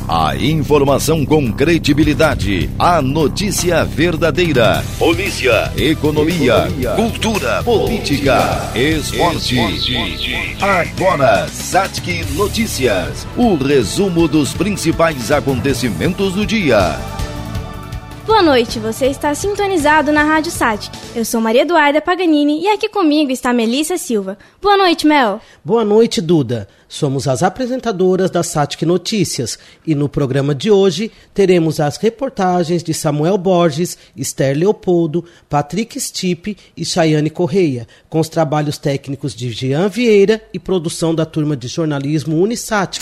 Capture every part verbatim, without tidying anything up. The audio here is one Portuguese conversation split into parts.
A informação com credibilidade. A notícia verdadeira. Polícia, economia, economia cultura, política, esporte. esporte. Agora, Satic Notícias. O resumo dos principais acontecimentos do dia. Boa noite, você está sintonizado na Rádio Satic. Eu sou Maria Eduarda Paganini e aqui comigo está Melissa Silva. Boa noite, Mel. Boa noite, Duda. Somos as apresentadoras da Satic Notícias e no programa de hoje teremos as reportagens de Samuel Borges, Esther Leopoldo, Patrick Stipe e Chayane Correia, com os trabalhos técnicos de Jean Vieira e produção da turma de jornalismo Unisatic.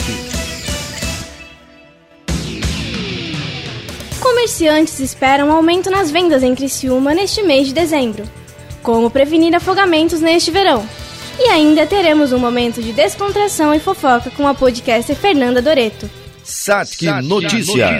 Comerciantes esperam aumento nas vendas em Criciúma neste mês de dezembro. Como prevenir afogamentos neste verão? E ainda teremos um momento de descontração e fofoca com a podcaster Fernanda Doreto. Satic Notícias.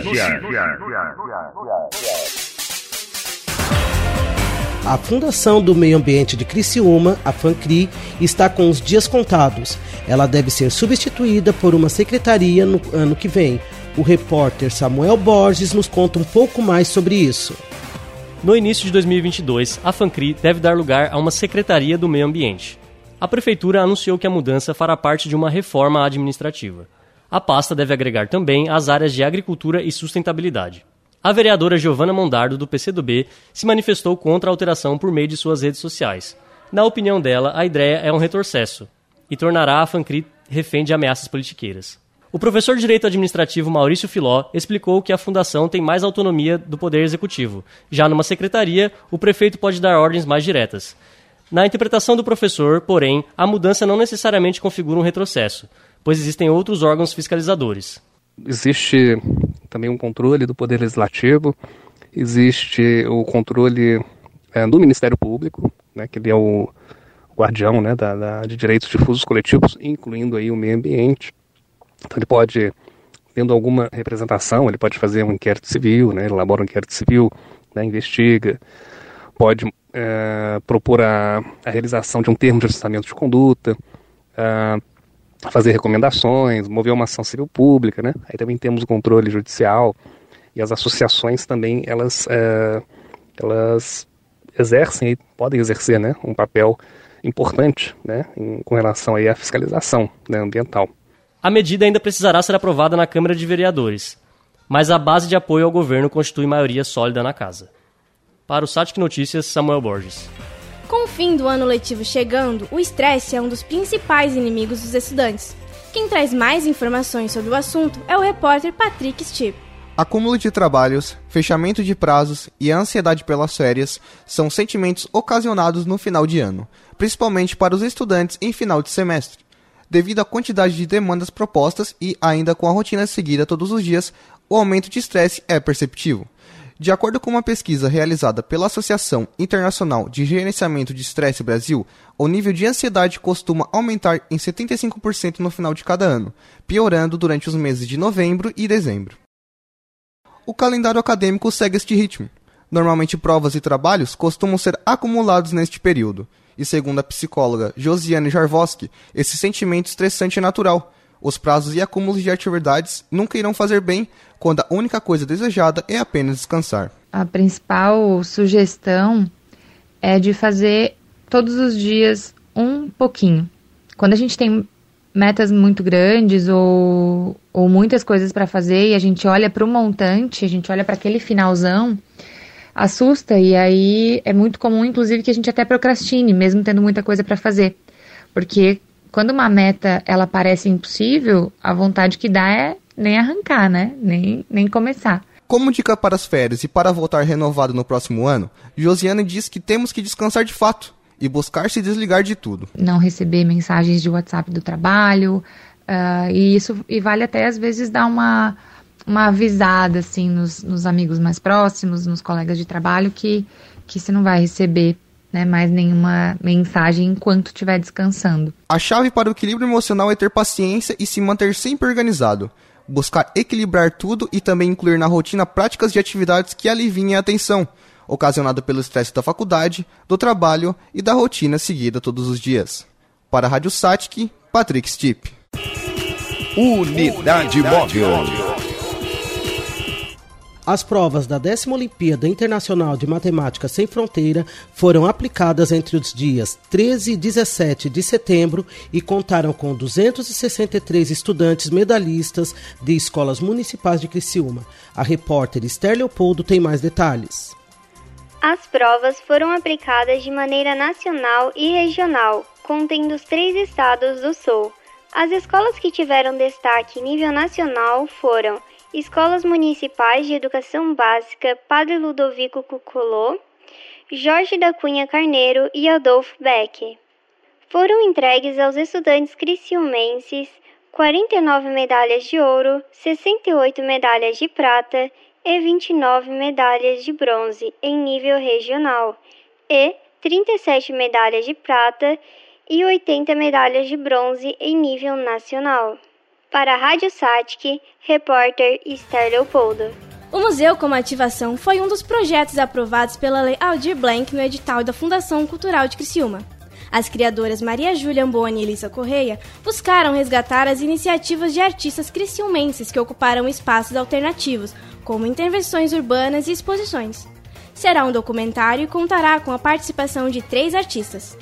A Fundação do Meio Ambiente de Criciúma, a FANCRI, está com os dias contados. Ela deve ser substituída por uma secretaria no ano que vem. O repórter Samuel Borges nos conta um pouco mais sobre isso. No início de dois mil e vinte e dois, a FANCRI deve dar lugar a uma Secretaria do Meio Ambiente. A Prefeitura anunciou que a mudança fará parte de uma reforma administrativa. A pasta deve agregar também as áreas de agricultura e sustentabilidade. A vereadora Giovana Mondardo, do P C do B, se manifestou contra a alteração por meio de suas redes sociais. Na opinião dela, a ideia é um retrocesso e tornará a FANCRI refém de ameaças politiqueiras. O professor de Direito Administrativo Maurício Filó explicou que a Fundação tem mais autonomia do Poder Executivo. Já numa secretaria, o prefeito pode dar ordens mais diretas. Na interpretação do professor, porém, a mudança não necessariamente configura um retrocesso, pois existem outros órgãos fiscalizadores. Existe também um controle do Poder Legislativo, existe o controle é, do Ministério Público, né, que ele é o guardião, né, da, da, de direitos difusos coletivos, incluindo aí o meio ambiente. Então ele pode, tendo alguma representação, ele pode fazer um inquérito civil, né, elabora um inquérito civil, né, investiga, pode é, propor a, a realização de um termo de ajustamento de conduta, é, fazer recomendações, mover uma ação civil pública, né? Aí também temos o controle judicial e as associações também, elas, é, elas exercem, podem exercer, né, um papel importante, né, em, com relação aí à fiscalização, né, ambiental. A medida ainda precisará ser aprovada na Câmara de Vereadores, mas a base de apoio ao governo constitui maioria sólida na casa. Para o Satic Notícias, Samuel Borges. Com o fim do ano letivo chegando, o estresse é um dos principais inimigos dos estudantes. Quem traz mais informações sobre o assunto é o repórter Patrick Stipe. Acúmulo de trabalhos, fechamento de prazos e a ansiedade pelas férias são sentimentos ocasionados no final de ano, principalmente para os estudantes em final de semestre. Devido à quantidade de demandas propostas e ainda com a rotina seguida todos os dias, o aumento de estresse é perceptível. De acordo com uma pesquisa realizada pela Associação Internacional de Gerenciamento de Estresse Brasil, o nível de ansiedade costuma aumentar em setenta e cinco por cento no final de cada ano, piorando durante os meses de novembro e dezembro. O calendário acadêmico segue este ritmo. Normalmente provas e trabalhos costumam ser acumulados neste período. E segundo a psicóloga Josiane Jarvoski, esse sentimento estressante é natural. Os prazos e acúmulos de atividades nunca irão fazer bem quando a única coisa desejada é apenas descansar. A principal sugestão é de fazer todos os dias um pouquinho. Quando a gente tem metas muito grandes ou, ou muitas coisas para fazer e a gente olha para o montante, a gente olha para aquele finalzão, assusta, e aí é muito comum, inclusive, que a gente até procrastine, mesmo tendo muita coisa para fazer. Porque quando uma meta, ela parece impossível, a vontade que dá é nem arrancar, né? Nem, nem começar. Como dica para as férias e para voltar renovado no próximo ano, Josiane diz que temos que descansar de fato e buscar se desligar de tudo. Não receber mensagens de WhatsApp do trabalho, uh, e isso e vale até às vezes dar uma... uma avisada, assim, nos, nos amigos mais próximos, nos colegas de trabalho, que, que você não vai receber, né, mais nenhuma mensagem enquanto estiver descansando. A chave para o equilíbrio emocional é ter paciência e se manter sempre organizado. Buscar equilibrar tudo e também incluir na rotina práticas de atividades que aliviem a tensão, ocasionada pelo estresse da faculdade, do trabalho e da rotina seguida todos os dias. Para a Rádio Satic, Patrick Stipe. Unidade Móvel. As provas da décima Olimpíada Internacional de Matemática Sem Fronteira foram aplicadas entre os dias treze e dezessete de setembro e contaram com duzentos e sessenta e três estudantes medalhistas de escolas municipais de Criciúma. A repórter Esther Leopoldo tem mais detalhes. As provas foram aplicadas de maneira nacional e regional, contendo os três estados do Sul. As escolas que tiveram destaque nível nacional foram Escolas Municipais de Educação Básica Padre Ludovico Cuculô, Jorge da Cunha Carneiro e Adolfo Beck. Foram entregues aos estudantes criciumenses quarenta e nove medalhas de ouro, sessenta e oito medalhas de prata e vinte e nove medalhas de bronze em nível regional e trinta e sete medalhas de prata e oitenta medalhas de bronze em nível nacional. Para a Rádio Satic, repórter Esther Leopoldo. O museu como ativação foi um dos projetos aprovados pela Lei Aldir Blanc no edital da Fundação Cultural de Criciúma. As criadoras Maria Júlia Amboni e Elisa Correia buscaram resgatar as iniciativas de artistas criciumenses que ocuparam espaços alternativos, como intervenções urbanas e exposições. Será um documentário e contará com a participação de três artistas.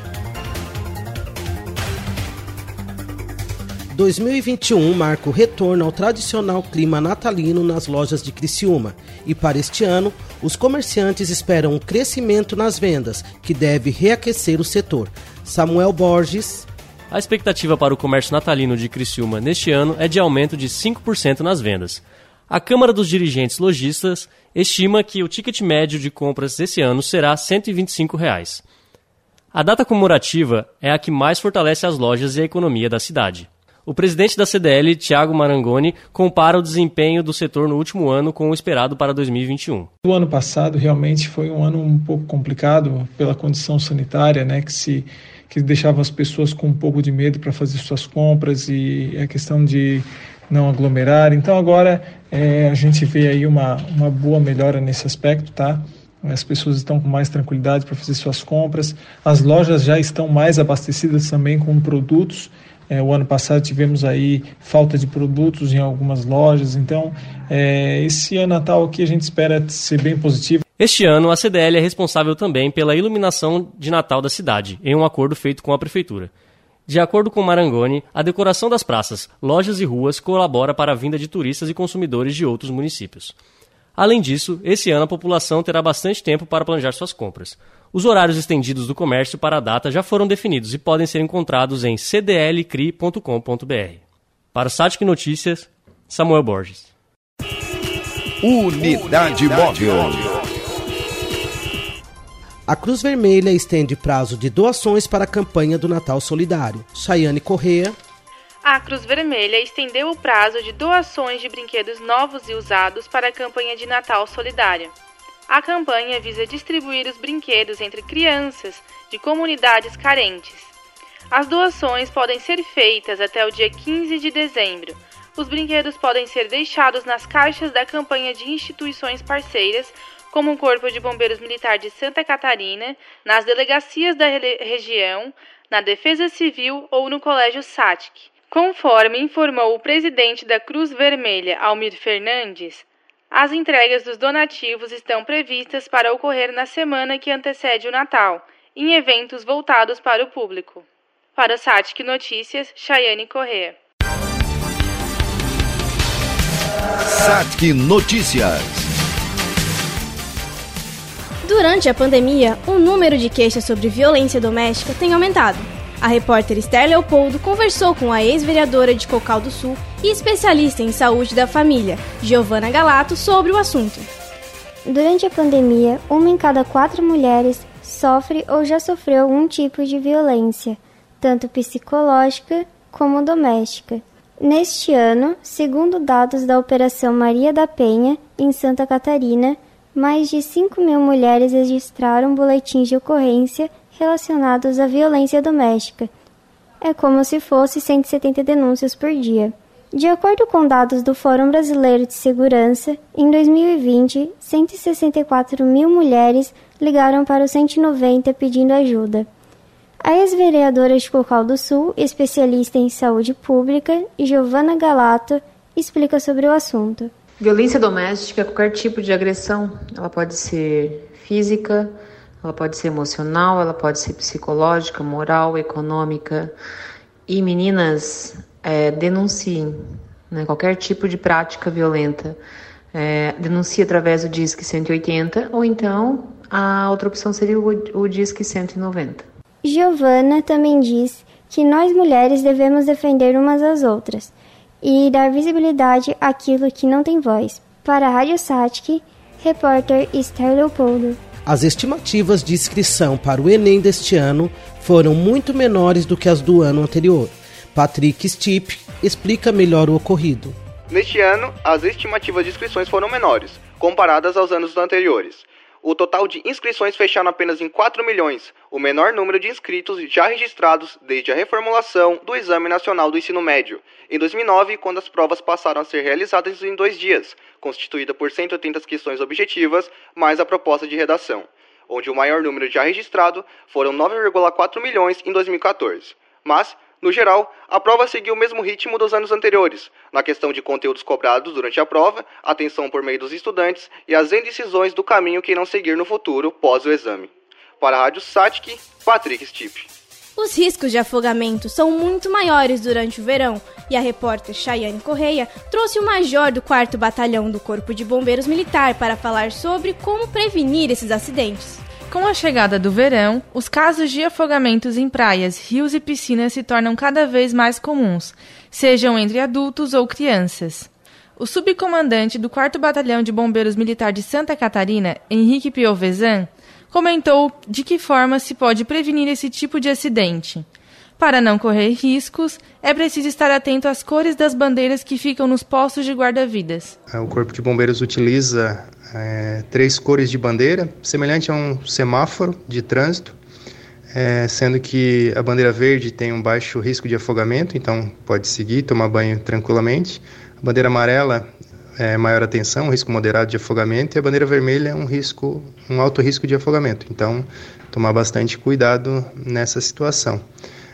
dois mil e vinte e um marca o retorno ao tradicional clima natalino nas lojas de Criciúma. E para este ano, os comerciantes esperam um crescimento nas vendas, que deve reaquecer o setor. Samuel Borges. A expectativa para o comércio natalino de Criciúma neste ano é de aumento de cinco por cento nas vendas. A Câmara dos Dirigentes Lojistas estima que o ticket médio de compras desse ano será cento e vinte e cinco reais. A data comemorativa é a que mais fortalece as lojas e a economia da cidade. O presidente da C D L, Thiago Marangoni, compara o desempenho do setor no último ano com o esperado para dois mil e vinte e um. O ano passado realmente foi um ano um pouco complicado pela condição sanitária, né, que, se, que deixava as pessoas com um pouco de medo para fazer suas compras e a questão de não aglomerar. Então agora é, a gente vê aí uma, uma boa melhora nesse aspecto, tá? As pessoas estão com mais tranquilidade para fazer suas compras. As lojas já estão mais abastecidas também com produtos. É, o ano passado tivemos aí falta de produtos em algumas lojas, então é, esse ano Natal aqui a gente espera ser bem positivo. Este ano a C D L é responsável também pela iluminação de Natal da cidade, em um acordo feito com a Prefeitura. De acordo com Marangoni, a decoração das praças, lojas e ruas colabora para a vinda de turistas e consumidores de outros municípios. Além disso, esse ano a população terá bastante tempo para planejar suas compras. Os horários estendidos do comércio para a data já foram definidos e podem ser encontrados em c d l cri ponto com ponto b r. Para o Satic Notícias, Samuel Borges. Unidade Móvel. A Cruz Vermelha estende prazo de doações para a campanha do Natal Solidário. Chayane Correia. A Cruz Vermelha estendeu o prazo de doações de brinquedos novos e usados para a campanha de Natal Solidário. A campanha visa distribuir os brinquedos entre crianças de comunidades carentes. As doações podem ser feitas até o dia quinze de dezembro. Os brinquedos podem ser deixados nas caixas da campanha de instituições parceiras, como o Corpo de Bombeiros Militar de Santa Catarina, nas delegacias da região, na Defesa Civil ou no Colégio Satic. Conforme informou o presidente da Cruz Vermelha, Almir Fernandes, as entregas dos donativos estão previstas para ocorrer na semana que antecede o Natal, em eventos voltados para o público. Para o Satic Notícias, Chayane Corrêa. Satic Notícias. Durante a pandemia, o número de queixas sobre violência doméstica tem aumentado. A repórter Esther Leopoldo conversou com a ex-vereadora de Cocal do Sul e especialista em saúde da família, Giovana Galato, sobre o assunto. Durante a pandemia, uma em cada quatro mulheres sofre ou já sofreu algum tipo de violência, tanto psicológica como doméstica. Neste ano, segundo dados da Operação Maria da Penha, em Santa Catarina, mais de cinco mil mulheres registraram boletins de ocorrência relacionados à violência doméstica. É como se fosse cento e setenta denúncias por dia. De acordo com dados do Fórum Brasileiro de Segurança, em dois mil e vinte, cento e sessenta e quatro mil mulheres ligaram para o cento e noventa pedindo ajuda. A ex-vereadora de Cocal do Sul, especialista em saúde pública, Giovana Galato, explica sobre o assunto. Violência doméstica é qualquer tipo de agressão. Ela pode ser física, ela pode ser emocional, ela pode ser psicológica, moral, econômica. E meninas, é, denunciem, né, qualquer tipo de prática violenta. É, denuncie através do Disque cento e oitenta ou então a outra opção seria o, o Disque cento e noventa. Giovana também diz que nós mulheres devemos defender umas às outras e dar visibilidade àquilo que não tem voz. Para a Rádio Satic, repórter Esther Leopoldo. As estimativas de inscrição para o Enem deste ano foram muito menores do que as do ano anterior. Patrick Stipp explica melhor o ocorrido. Neste ano, as estimativas de inscrições foram menores, comparadas aos anos anteriores. O total de inscrições fecharam apenas em quatro milhões, o menor número de inscritos já registrados desde a reformulação do Exame Nacional do Ensino Médio, em dois mil e nove, quando as provas passaram a ser realizadas em dois dias, constituída por cento e oitenta questões objetivas, mais a proposta de redação, onde o maior número já registrado foram nove vírgula quatro milhões em dois mil e quatorze. Mas, no geral, a prova seguiu o mesmo ritmo dos anos anteriores, na questão de conteúdos cobrados durante a prova, atenção por meio dos estudantes e as indecisões do caminho que irão seguir no futuro pós o exame. Para a Rádio Satic, Patrick Stipp. Os riscos de afogamento são muito maiores durante o verão e a repórter Chayane Correia trouxe o major do quarto Batalhão do Corpo de Bombeiros Militar para falar sobre como prevenir esses acidentes. Com a chegada do verão, os casos de afogamentos em praias, rios e piscinas se tornam cada vez mais comuns, sejam entre adultos ou crianças. O subcomandante do quarto Batalhão de Bombeiros Militar de Santa Catarina, Henrique Piovesan, comentou de que forma se pode prevenir esse tipo de acidente. Para não correr riscos, é preciso estar atento às cores das bandeiras que ficam nos postos de guarda-vidas. O Corpo de Bombeiros utiliza é, três cores de bandeira, semelhante a um semáforo de trânsito, é, sendo que a bandeira verde tem um baixo risco de afogamento, então pode seguir, tomar banho tranquilamente. A bandeira amarela é maior atenção, um risco moderado de afogamento, e a bandeira vermelha é um risco, um alto risco de afogamento. Então, tomar bastante cuidado nessa situação.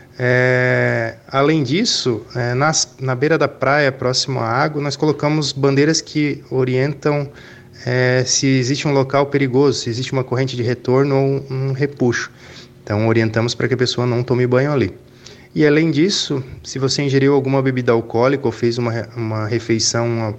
É, além disso, é, nas, na beira da praia, próximo à água, nós colocamos bandeiras que orientam é, se existe um local perigoso, se existe uma corrente de retorno ou um repuxo. Então, orientamos para que a pessoa não tome banho ali. E além disso, se você ingeriu alguma bebida alcoólica ou fez uma, uma refeição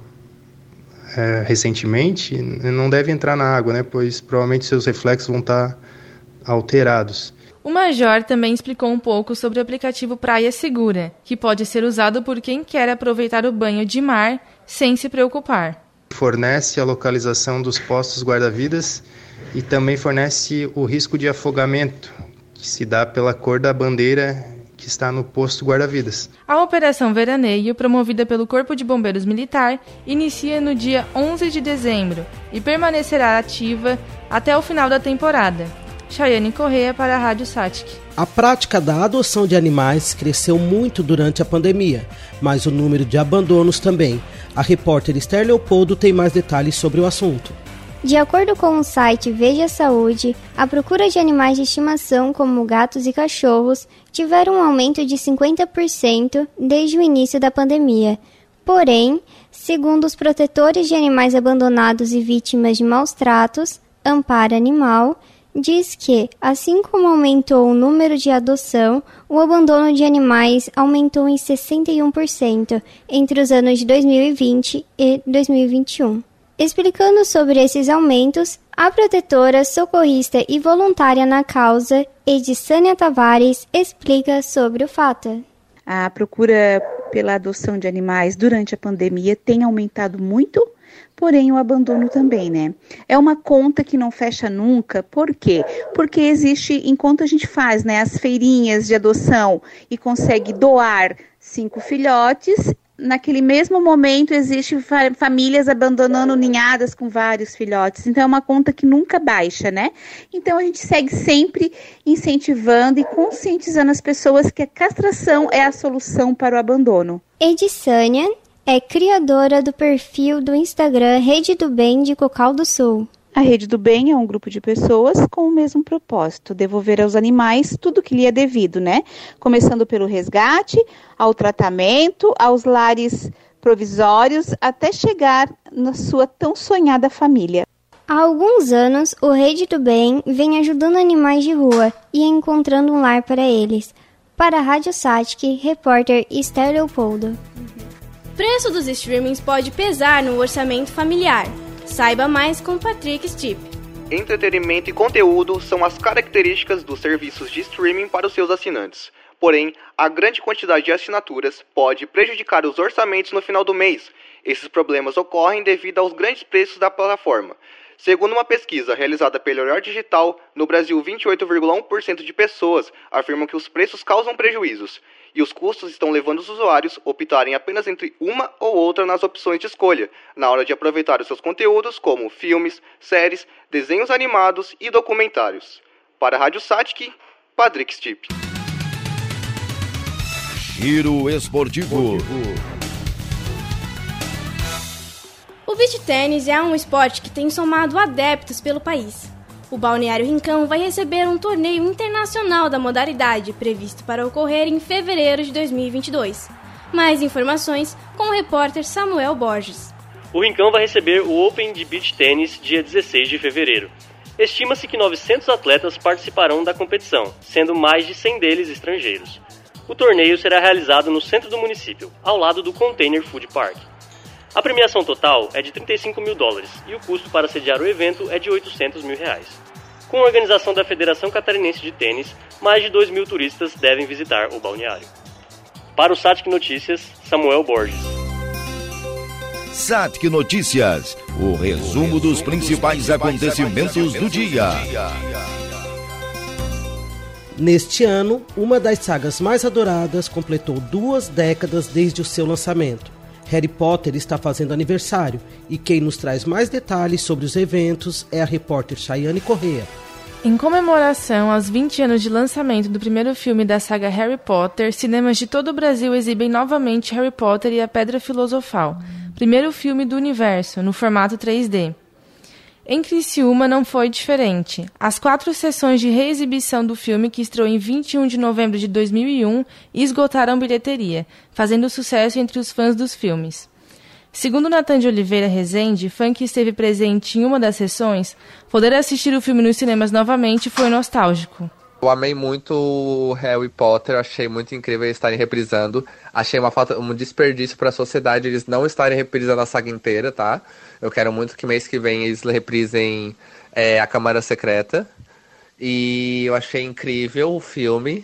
é, recentemente, não deve entrar na água, né, pois provavelmente seus reflexos vão estar alterados. O Major também explicou um pouco sobre o aplicativo Praia Segura, que pode ser usado por quem quer aproveitar o banho de mar sem se preocupar. Fornece a localização dos postos guarda-vidas e também fornece o risco de afogamento, que se dá pela cor da bandeira que está no posto guarda-vidas. A Operação Veraneio, promovida pelo Corpo de Bombeiros Militar, inicia no dia onze de dezembro e permanecerá ativa até o final da temporada. Chayane Correia para a Rádio Satic. A prática da adoção de animais cresceu muito durante a pandemia, mas o número de abandonos também. A repórter Esther Leopoldo tem mais detalhes sobre o assunto. De acordo com o site Veja Saúde, a procura de animais de estimação como gatos e cachorros tiveram um aumento de cinquenta por cento desde o início da pandemia. Porém, segundo os protetores de animais abandonados e vítimas de maus tratos, Amparo Animal, diz que, assim como aumentou o número de adoção, o abandono de animais aumentou em sessenta e um por cento entre os anos de dois mil e vinte e dois mil e vinte e um. Explicando sobre esses aumentos, a protetora, socorrista e voluntária na causa, Edisânia Tavares, explica sobre o fato. A procura pela adoção de animais durante a pandemia tem aumentado muito, porém o abandono também, né? É uma conta que não fecha nunca. Por quê? Porque existe, enquanto a gente faz, né, as feirinhas de adoção e consegue doar cinco filhotes, naquele mesmo momento existe fa- famílias abandonando ninhadas com vários filhotes. Então é uma conta que nunca baixa, né? Então a gente segue sempre incentivando e conscientizando as pessoas que a castração é a solução para o abandono. Edisânia é criadora do perfil do Instagram Rede do Bem de Cocal do Sul. A Rede do Bem é um grupo de pessoas com o mesmo propósito, devolver aos animais tudo que lhe é devido, né? Começando pelo resgate, ao tratamento, aos lares provisórios até chegar na sua tão sonhada família. Há alguns anos, o Rei do Bem vem ajudando animais de rua e encontrando um lar para eles. Para a Rádio Satic, repórter Esther Leopoldo. O preço dos streamings pode pesar no orçamento familiar. Saiba mais com Patrick Stipp. Entretenimento e conteúdo são as características dos serviços de streaming para os seus assinantes. Porém, a grande quantidade de assinaturas pode prejudicar os orçamentos no final do mês. Esses problemas ocorrem devido aos grandes preços da plataforma. Segundo uma pesquisa realizada pela Olhar Digital, no Brasil vinte e oito vírgula um por cento de pessoas afirmam que os preços causam prejuízos, e os custos estão levando os usuários a optarem apenas entre uma ou outra nas opções de escolha, na hora de aproveitar os seus conteúdos como filmes, séries, desenhos animados e documentários. Para a Rádio Satic, Patrick Stipp. Giro Esportivo. O beach tênis é um esporte que tem somado adeptos pelo país. O Balneário Rincão vai receber um torneio internacional da modalidade, previsto para ocorrer em fevereiro de dois mil e vinte e dois. Mais informações com o repórter Samuel Borges. O Rincão vai receber o Open de Beach Tênis dia dezesseis de fevereiro. Estima-se que novecentos atletas participarão da competição, sendo mais de cem deles estrangeiros. O torneio será realizado no centro do município, ao lado do Container Food Park. A premiação total é de trinta e cinco mil dólares e o custo para sediar o evento é de oitocentos mil reais. Com a organização da Federação Catarinense de Tênis, mais de dois mil turistas devem visitar o balneário. Para o Satic Notícias, Samuel Borges. Satic Notícias, o resumo dos principais acontecimentos do dia. Neste ano, uma das sagas mais adoradas completou duas décadas desde o seu lançamento. Harry Potter está fazendo aniversário e quem nos traz mais detalhes sobre os eventos é a repórter Chayane Corrêa. Em comemoração aos vinte anos de lançamento do primeiro filme da saga Harry Potter, cinemas de todo o Brasil exibem novamente Harry Potter e a Pedra Filosofal, primeiro filme do universo, no formato três D. Em Criciúma não foi diferente. As quatro sessões de reexibição do filme, que estreou em vinte e um de novembro de dois mil e um, esgotaram bilheteria, fazendo sucesso entre os fãs dos filmes. Segundo Natan de Oliveira Rezende, fã que esteve presente em uma das sessões, poder assistir o filme nos cinemas novamente foi nostálgico. Eu amei muito o Harry Potter, achei muito incrível eles estarem reprisando. Achei uma falta, um desperdício para a sociedade eles não estarem reprisando a saga inteira, tá? Eu quero muito que mês que vem eles reprisem é, A Câmara Secreta. E eu achei incrível o filme.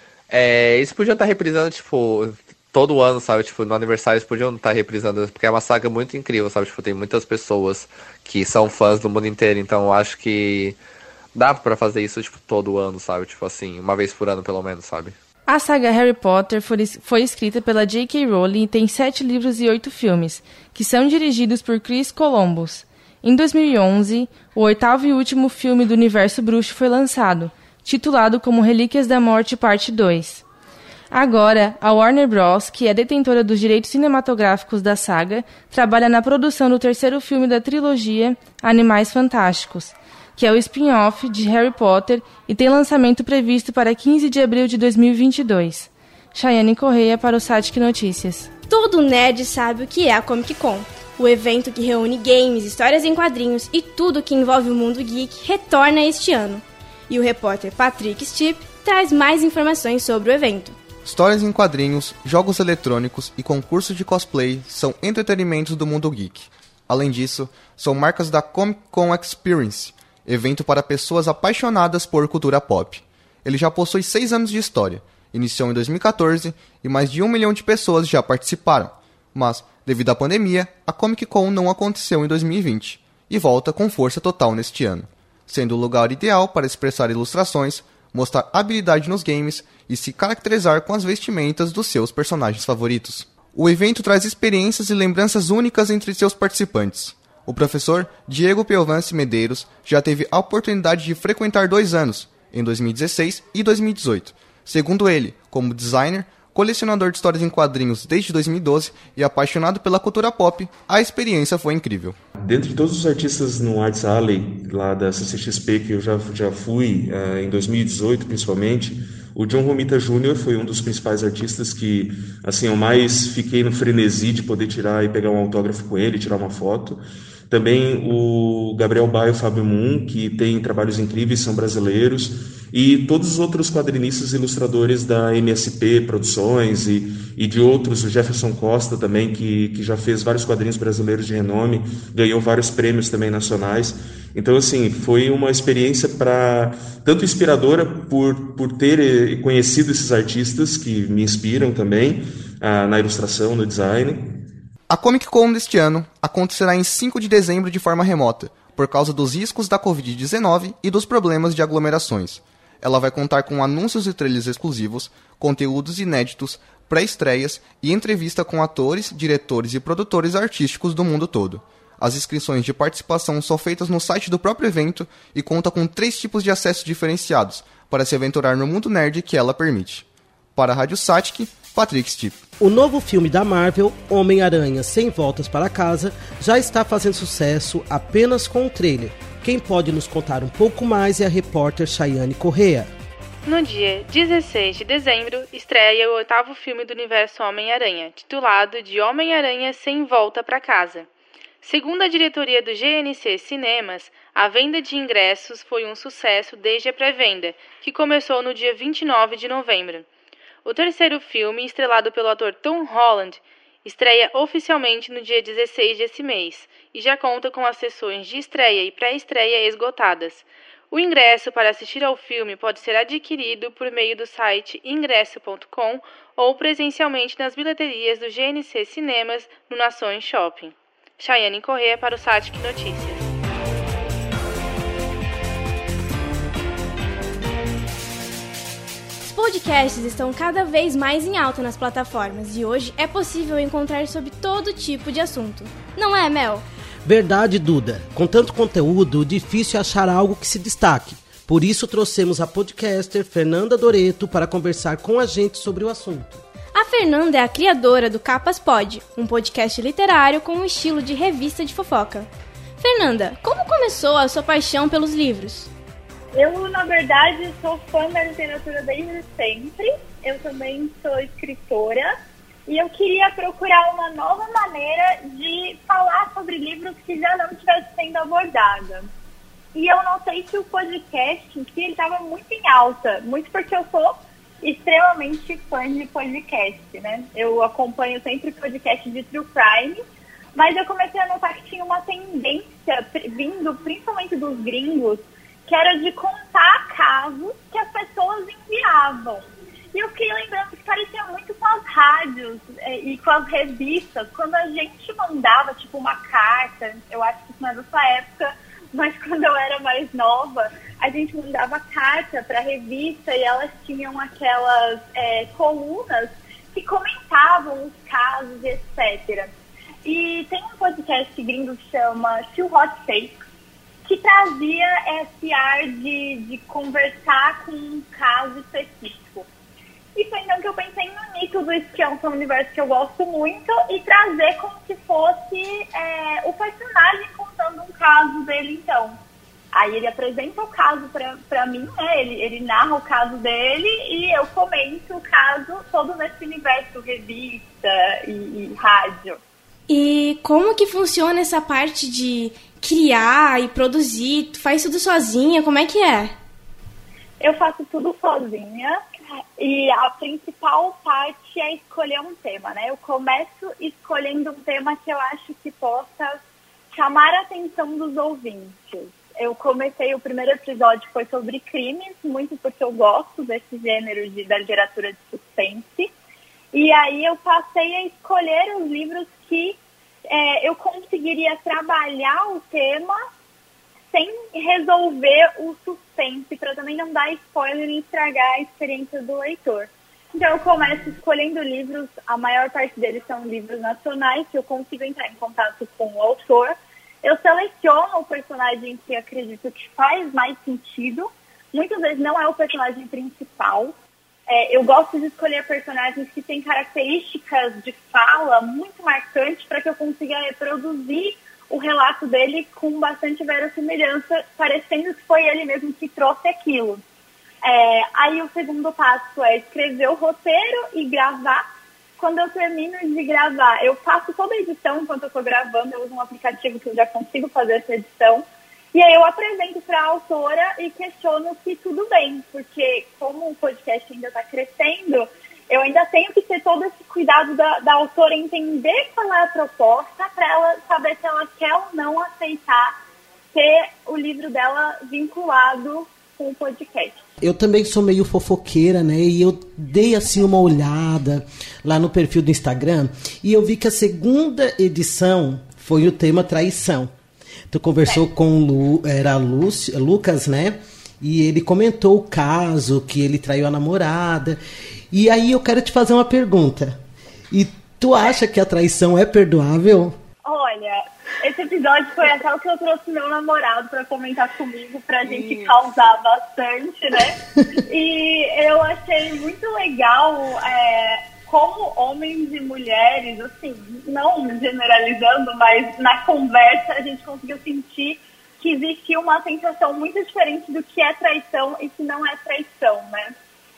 É, eles podiam estar reprisando, tipo, todo ano, sabe? Tipo, no aniversário eles podiam estar reprisando, porque é uma saga muito incrível, sabe? Tipo, tem muitas pessoas que são fãs do mundo inteiro, então eu acho que dá pra fazer isso, tipo, todo ano, sabe? Tipo assim, uma vez por ano, pelo menos, sabe? A saga Harry Potter foi, foi escrita pela J K Rowling e tem sete livros e oito filmes, que são dirigidos por Chris Columbus. Em dois mil e onze, o oitavo e último filme do universo bruxo foi lançado, titulado como Relíquias da Morte Parte dois. Agora, a Warner Bros., que é detentora dos direitos cinematográficos da saga, trabalha na produção do terceiro filme da trilogia Animais Fantásticos, que é o spin-off de Harry Potter e tem lançamento previsto para quinze de abril de dois mil e vinte e dois. Chayane Corrêa para o Satic Notícias. Todo nerd sabe o que é a Comic Con. O evento que reúne games, histórias em quadrinhos e tudo que envolve o mundo geek retorna este ano. E o repórter Patrick Stipp traz mais informações sobre o evento. Histórias em quadrinhos, jogos eletrônicos e concursos de cosplay são entretenimentos do mundo geek. Além disso, são marcas da Comic Con Experience, evento para pessoas apaixonadas por cultura pop. Ele já possui seis anos de história, iniciou em dois mil e catorze e mais de um milhão de pessoas já participaram. Mas, devido à pandemia, a Comic Con não aconteceu em dois mil e vinte e volta com força total neste ano, sendo o lugar ideal para expressar ilustrações, mostrar habilidade nos games e se caracterizar com as vestimentas dos seus personagens favoritos. O evento traz experiências e lembranças únicas entre seus participantes. O professor Diego Piovance Medeiros já teve a oportunidade de frequentar dois anos, em dois mil e dezesseis e dois mil e dezoito. Segundo ele, como designer, colecionador de histórias em quadrinhos desde dois mil e doze e apaixonado pela cultura pop, a experiência foi incrível. Dentre todos os artistas no Arts Alley, lá da C C X P, que eu já, já fui, uh, em dois mil e dezoito principalmente, O John Romita Júnior foi um dos principais artistas que, assim, eu mais fiquei no frenesi de poder tirar e pegar um autógrafo com ele, tirar uma foto. Também o Gabriel Baio e o Fábio Moon, que tem trabalhos incríveis, são brasileiros, e todos os outros quadrinistas e ilustradores da M S P Produções e, e de outros, o Jefferson Costa também, que, que já fez vários quadrinhos brasileiros de renome, ganhou vários prêmios também nacionais. Então, assim, foi uma experiência para tanto inspiradora por, por ter conhecido esses artistas que me inspiram também ah, na ilustração, no design. A Comic Con deste ano acontecerá em cinco de dezembro de forma remota, por causa dos riscos da covid dezenove e dos problemas de aglomerações. Ela vai contar com anúncios e trailers exclusivos, conteúdos inéditos, pré-estreias e entrevista com atores, diretores e produtores artísticos do mundo todo. As inscrições de participação são feitas no site do próprio evento e conta com três tipos de acesso diferenciados para se aventurar no mundo nerd que ela permite. Para a Rádio Satic, Patrick Stipp. O novo filme da Marvel, Homem-Aranha Sem Voltas para Casa, já está fazendo sucesso apenas com o trailer. Quem pode nos contar um pouco mais é a repórter Chayane Correa. No dia dezesseis de dezembro, estreia o oitavo filme do universo Homem-Aranha, titulado de Homem-Aranha Sem Volta para Casa. Segundo a diretoria do G N C Cinemas, a venda de ingressos foi um sucesso desde a pré-venda, que começou no dia vinte e nove de novembro. O terceiro filme, estrelado pelo ator Tom Holland, estreia oficialmente no dia dezesseis desse mês e já conta com as sessões de estreia e pré-estreia esgotadas. O ingresso para assistir ao filme pode ser adquirido por meio do site ingresso ponto com ou presencialmente nas bilheterias do G N C Cinemas no Nações Shopping. Chayane Corrêa para o Satic Notícias. Podcasts estão cada vez mais em alta nas plataformas e hoje é possível encontrar sobre todo tipo de assunto. Não é, Mel? Verdade, Duda. Com tanto conteúdo, difícil achar algo que se destaque. Por isso trouxemos a podcaster Fernanda Doreto para conversar com a gente sobre o assunto. A Fernanda é a criadora do Capas Pod, um podcast literário com um estilo de revista de fofoca. Fernanda, como começou a sua paixão pelos livros? Eu, na verdade, sou fã da literatura desde sempre. Eu também sou escritora. E eu queria procurar uma nova maneira de falar sobre livros que já não estivessem sendo abordados. E eu notei que o podcast em si estava muito em alta. Muito porque eu sou extremamente fã de podcast, né? Eu acompanho sempre podcast de True Crime. Mas eu comecei a notar que tinha uma tendência, vindo principalmente dos gringos, que era de contar casos que as pessoas enviavam. E eu fiquei lembrando que parecia muito com as rádios é, e com as revistas. Quando a gente mandava, tipo, uma carta, eu acho que isso não é dessa época, mas quando eu era mais nova, a gente mandava carta para a revista e elas tinham aquelas é, colunas que comentavam os casos, etcétera. E tem um podcast gringo que chama Too Hot Take, que trazia esse ar de, de conversar com um caso específico. E foi então que eu pensei em unir tudo isso, que é um universo que eu gosto muito, e trazer como se fosse é, o personagem contando um caso dele, então. Aí ele apresenta o caso pra, pra mim, né? Ele, ele narra o caso dele e eu comento o caso todo nesse universo, revista e, e rádio. E como que funciona essa parte de criar e produzir? Tu faz tudo sozinha? Como é que é? Eu faço tudo sozinha e a principal parte é escolher um tema, né? Eu começo escolhendo um tema que eu acho que possa chamar a atenção dos ouvintes. Eu comecei, o primeiro episódio foi sobre crimes, muito porque eu gosto desse gênero de, da literatura de suspense. E aí eu passei a escolher os livros que é, eu conseguiria trabalhar o tema sem resolver o suspense, para também não dar spoiler e estragar a experiência do leitor. Então eu começo escolhendo livros, a maior parte deles são livros nacionais, que eu consigo entrar em contato com o autor. Eu seleciono o personagem que acredito que faz mais sentido. Muitas vezes não é o personagem principal. É, eu gosto de escolher personagens que têm características de fala muito marcantes para que eu consiga reproduzir o relato dele com bastante verossimilhança, parecendo que foi ele mesmo que trouxe aquilo. É, aí o segundo passo é escrever o roteiro e gravar. Quando eu termino de gravar, eu faço toda a edição enquanto eu estou gravando, eu uso um aplicativo que eu já consigo fazer essa edição. E aí eu apresento para a autora e questiono se tudo bem, porque como o podcast ainda está crescendo, eu ainda tenho que ter todo esse cuidado da, da autora entender qual é a proposta para ela saber se ela quer ou não aceitar ter o livro dela vinculado com o podcast. Eu também sou meio fofoqueira, né? E eu dei assim uma olhada lá no perfil do Instagram e eu vi que a segunda edição foi o tema traição. Tu conversou é. com o Lu, era Lúcio, Lucas, né? E ele comentou o caso, que ele traiu a namorada. E aí eu quero te fazer uma pergunta. E tu acha que a traição é perdoável? Olha, esse episódio foi até o que eu trouxe meu namorado para comentar comigo, pra gente Isso. causar bastante, né? E eu achei muito legal é, como homens e mulheres, assim, não generalizando, mas na conversa a gente conseguiu sentir que existia uma sensação muito diferente do que é traição e que não é traição, né?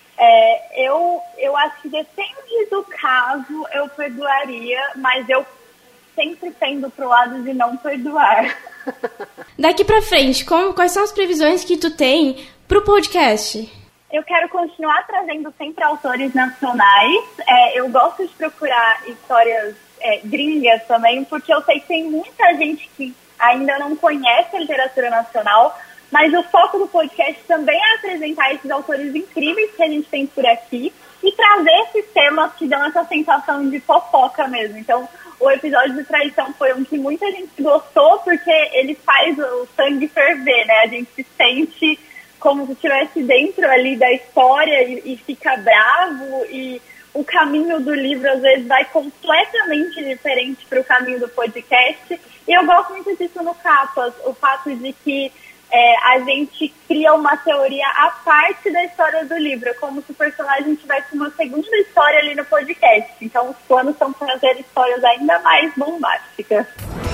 É, eu, eu acho que depende do caso, eu perdoaria, mas eu sempre tendo pro lado de não perdoar. Daqui pra frente, como, quais são as previsões que tu tem pro podcast? Eu quero continuar trazendo sempre autores nacionais. É, eu gosto de procurar histórias é, gringas também, porque eu sei que tem muita gente que ainda não conhece a literatura nacional, mas o foco do podcast também é apresentar esses autores incríveis que a gente tem por aqui e trazer esses temas que dão essa sensação de fofoca mesmo. Então, o episódio de traição foi um que muita gente gostou, porque ele faz o sangue ferver, né? A gente se sente como se estivesse dentro ali da história e, e fica bravo, e o caminho do livro às vezes vai completamente diferente para o caminho do podcast. E eu gosto muito disso no Capas, o fato de que é, a gente cria uma teoria à parte da história do livro, como se o personagem tivesse uma segunda história ali no podcast. Então os planos são trazer histórias ainda mais bombásticas.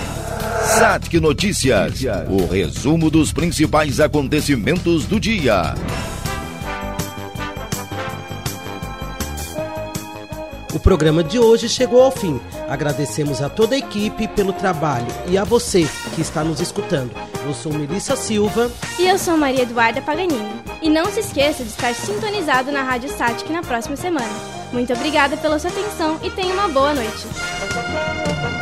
Satic Notícias, o resumo dos principais acontecimentos do dia. O programa de hoje chegou ao fim. Agradecemos a toda a equipe pelo trabalho e a você que está nos escutando. Eu sou Melissa Silva. E eu sou Maria Eduarda Paganini. E não se esqueça de estar sintonizado na Rádio Satic na próxima semana. Muito obrigada pela sua atenção e tenha uma boa noite.